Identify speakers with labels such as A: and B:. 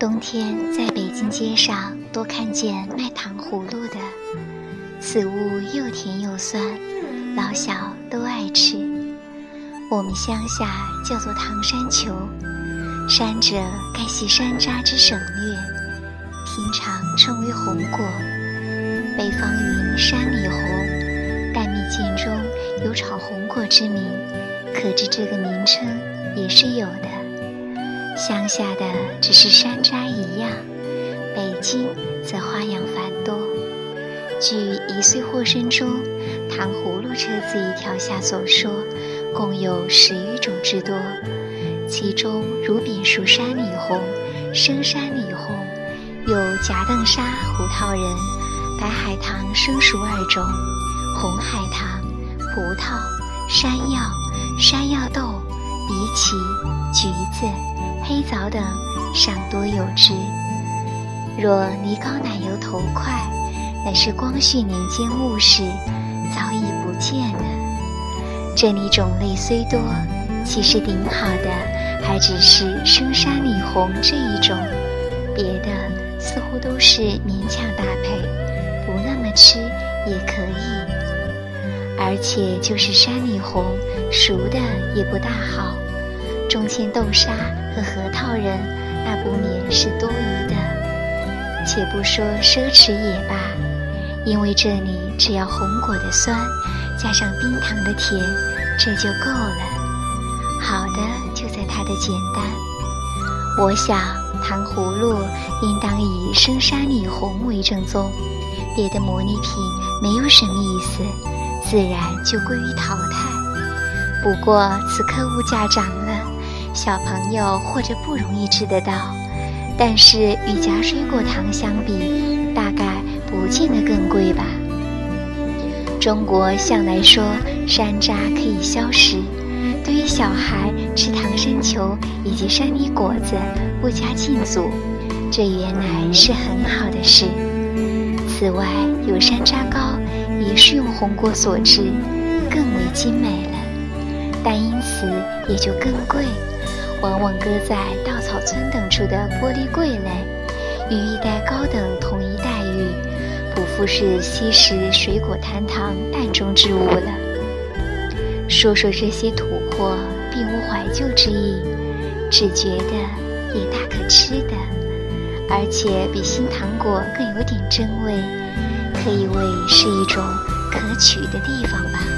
A: 冬天在北京街上多看见卖糖葫芦的，此物又甜又酸，老小都爱吃。我们乡下叫做糖山球，山者该系山楂之省略，平常称为红果。北方云山里红，但蜜饯中有炒红果之名，可知这个名称也是有的。乡下的只是山楂一样，北京则花样繁多。据一岁获生中糖葫芦车子一条下所说，共有10余种之多，其中如扁树山里红、生山里红，有夹凳沙、胡桃仁、白海棠生熟2种，红海棠、葡萄、山药、山药豆、荸荠、橘子、黑枣等尚多有之。若泥膏奶油头块，乃是光绪年间物事，早已不见了。这里种类虽多，其实顶好的还只是生山里红这一种，别的似乎都是勉强搭配，不那么吃也可以。而且就是山里红，熟的也不大好，中间豆沙和核桃仁，那不免是多余的。且不说奢侈也罢，因为这里只要红果的酸，加上冰糖的甜，这就够了。好的就在它的简单。我想糖葫芦应当以生山里红为正宗，别的模拟品没有什么意思，自然就归于淘汰。不过此刻物价涨了，小朋友或者不容易吃得到，但是与夹水果糖相比，大概不见得更贵吧。中国向来说山楂可以消食，对于小孩吃糖山球以及山里果子不加禁足，这原来是很好的事。此外有山楂糕，也是用红果所制，更为精美了，但因此也就更贵，往往搁在稻草村等处的玻璃柜内，与一代高等同一待遇，不复是吸食水果摊糖淡中之物了。说说这些土货，并无怀旧之意，只觉得也大可吃的，而且比新糖果更有点真味，可以谓是一种可取的地方吧。